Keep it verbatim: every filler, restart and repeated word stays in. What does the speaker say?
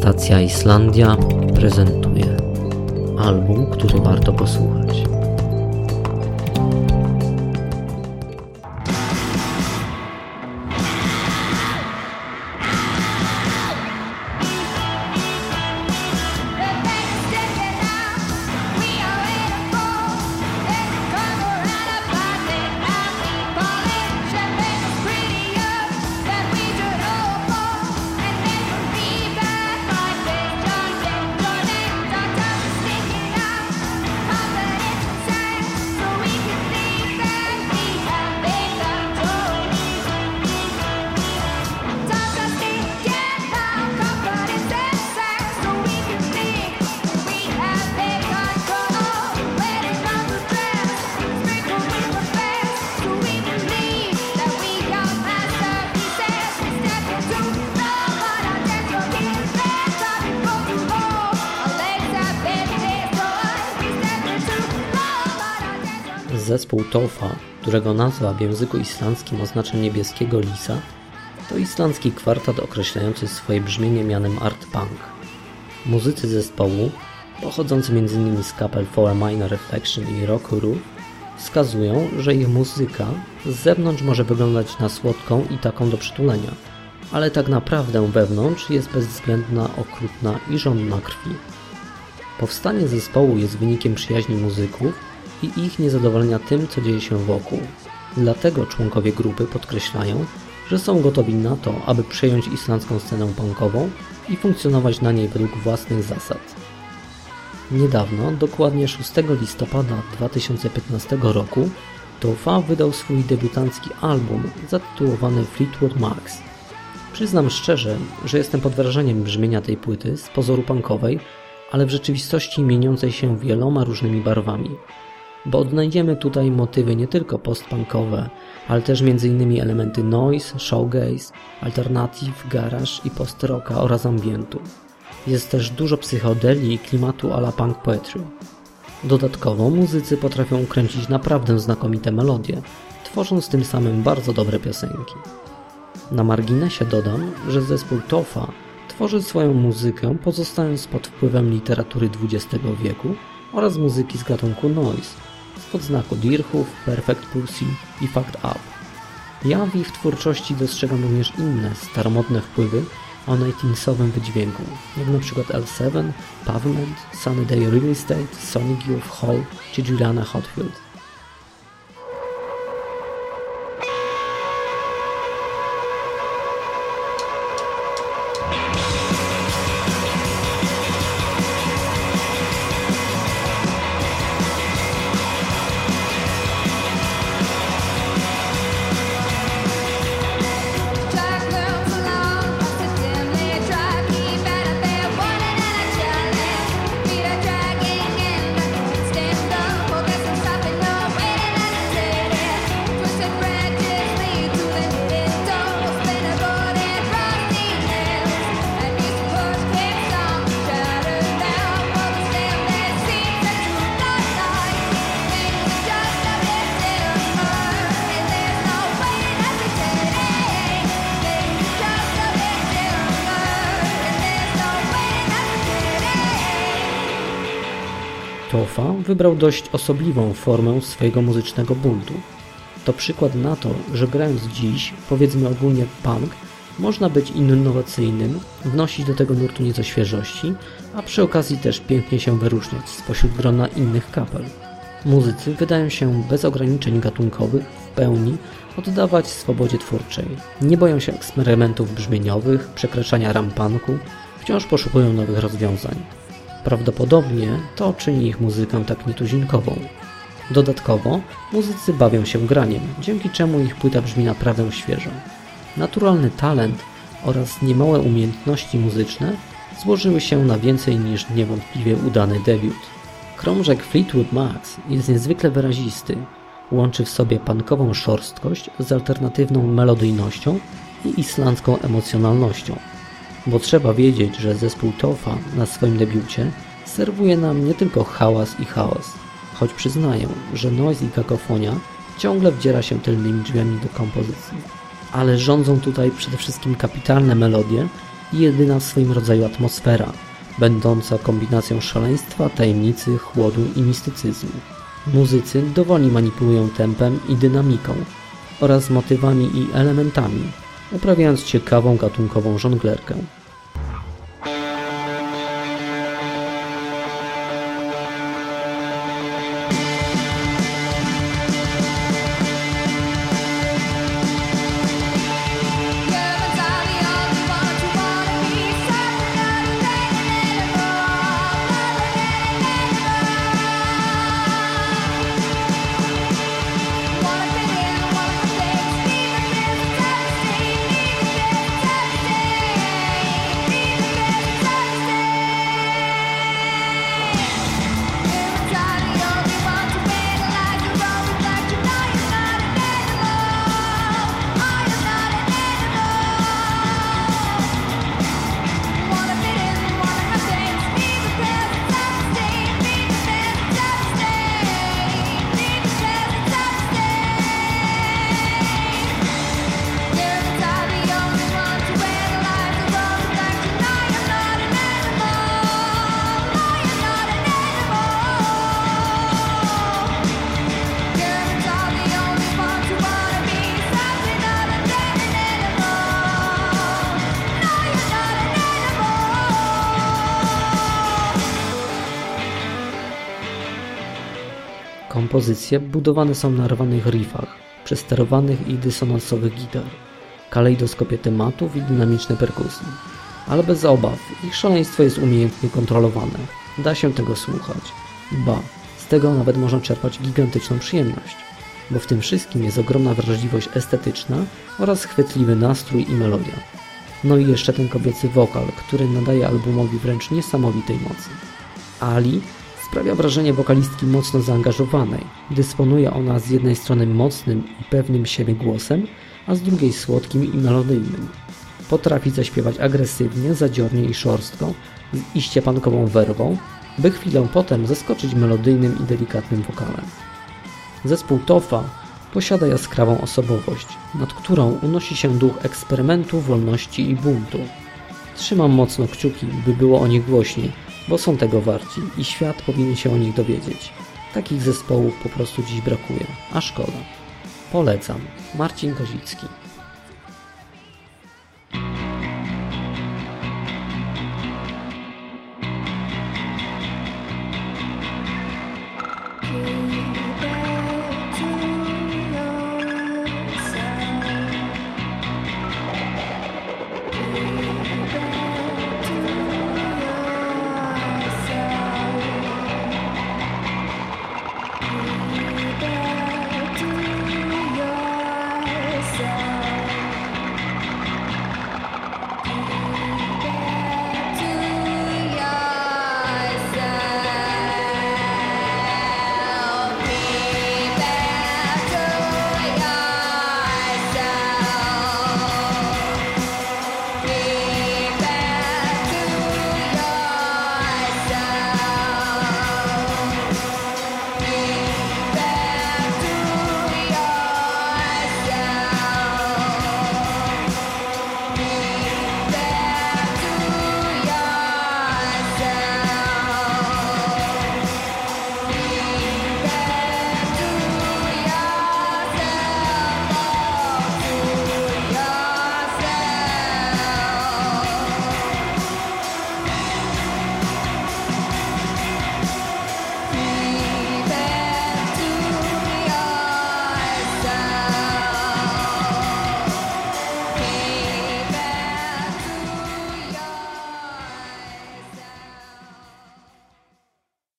Stacja Islandia prezentuje album, który warto posłuchać. Zespół Tofa, którego nazwa w języku islandzkim oznacza niebieskiego lisa, to islandzki kwartet określający swoje brzmienie mianem art punk. Muzycy zespołu, pochodzący między innymi z kapel For a Minor Reflection i Rockuru, wskazują, że ich muzyka z zewnątrz może wyglądać na słodką i taką do przytulenia, ale tak naprawdę wewnątrz jest bezwzględna, okrutna i żądna krwi. Powstanie zespołu jest wynikiem przyjaźni muzyków i ich niezadowolenia tym, co dzieje się wokół. Dlatego członkowie grupy podkreślają, że są gotowi na to, aby przejąć islandzką scenę punkową i funkcjonować na niej według własnych zasad. Niedawno, dokładnie szóstego listopada dwa tysiące piętnastego roku, Tofa wydał swój debiutancki album zatytułowany Fleetwood Max. Przyznam szczerze, że jestem pod wrażeniem brzmienia tej płyty z pozoru punkowej, ale w rzeczywistości mieniącej się wieloma różnymi barwami. Bo odnajdziemy tutaj motywy nie tylko postpunkowe, ale też między innymi elementy noise, shoegaze, alternative, garage i post-rocka oraz ambientu. Jest też dużo psychodelii i klimatu a la punk poetry. Dodatkowo muzycy potrafią kręcić naprawdę znakomite melodie, tworząc tym samym bardzo dobre piosenki. Na marginesie dodam, że zespół Tofa tworzy swoją muzykę pozostając pod wpływem literatury dwudziestego wieku oraz muzyki z gatunku noise, spod znaku Dirchów, Perfect Pussy i Fucked Up. Ja w ich twórczości dostrzegam również inne, staromodne wpływy o dziewiętnastym wydźwięku, jak np. L siedem, Pavement, Sunny Day Real Estate, Sonic Youth Hall czy Juliana Hatfield. Tofa wybrał dość osobliwą formę swojego muzycznego buntu. To przykład na to, że grając dziś, powiedzmy ogólnie punk, można być innowacyjnym, wnosić do tego nurtu nieco świeżości, a przy okazji też pięknie się wyróżniać spośród grona innych kapel. Muzycy wydają się bez ograniczeń gatunkowych w pełni oddawać swobodzie twórczej. Nie boją się eksperymentów brzmieniowych, przekraczania ram punku, wciąż poszukują nowych rozwiązań. Prawdopodobnie to czyni ich muzykę tak nietuzinkową. Dodatkowo muzycy bawią się graniem, dzięki czemu ich płyta brzmi naprawdę świeżo. Naturalny talent oraz niemałe umiejętności muzyczne złożyły się na więcej niż niewątpliwie udany debiut. Krążek Fleetwood Max jest niezwykle wyrazisty, łączy w sobie punkową szorstkość z alternatywną melodyjnością i islandzką emocjonalnością. Bo trzeba wiedzieć, że zespół Tofa na swoim debiucie serwuje nam nie tylko hałas i chaos, choć przyznaję, że noise i kakofonia ciągle wdziera się tylnymi drzwiami do kompozycji. Ale rządzą tutaj przede wszystkim kapitalne melodie i jedyna w swoim rodzaju atmosfera, będąca kombinacją szaleństwa, tajemnicy, chłodu i mistycyzmu. Muzycy dowolnie manipulują tempem i dynamiką oraz motywami i elementami, uprawiając ciekawą gatunkową żonglerkę. Kompozycje budowane są na rwanych riffach, przesterowanych i dysonansowych gitar, kalejdoskopie tematów i dynamicznej perkusji. Ale bez obaw, ich szaleństwo jest umiejętnie kontrolowane. Da się tego słuchać. Ba, z tego nawet można czerpać gigantyczną przyjemność, bo w tym wszystkim jest ogromna wrażliwość estetyczna oraz chwytliwy nastrój i melodia. No i jeszcze ten kobiecy wokal, który nadaje albumowi wręcz niesamowitej mocy. Ali sprawia wrażenie wokalistki mocno zaangażowanej. Dysponuje ona z jednej strony mocnym i pewnym siebie głosem, a z drugiej słodkim i melodyjnym. Potrafi zaśpiewać agresywnie, zadziornie i szorstko, z iście punkową werwą, by chwilę potem zaskoczyć melodyjnym i delikatnym wokalem. Zespół Tofa posiada jaskrawą osobowość, nad którą unosi się duch eksperymentu, wolności i buntu. Trzymam mocno kciuki, by było o nich głośniej, bo są tego warci i świat powinien się o nich dowiedzieć. Takich zespołów po prostu dziś brakuje, a szkoda. Polecam. Marcin Kozicki.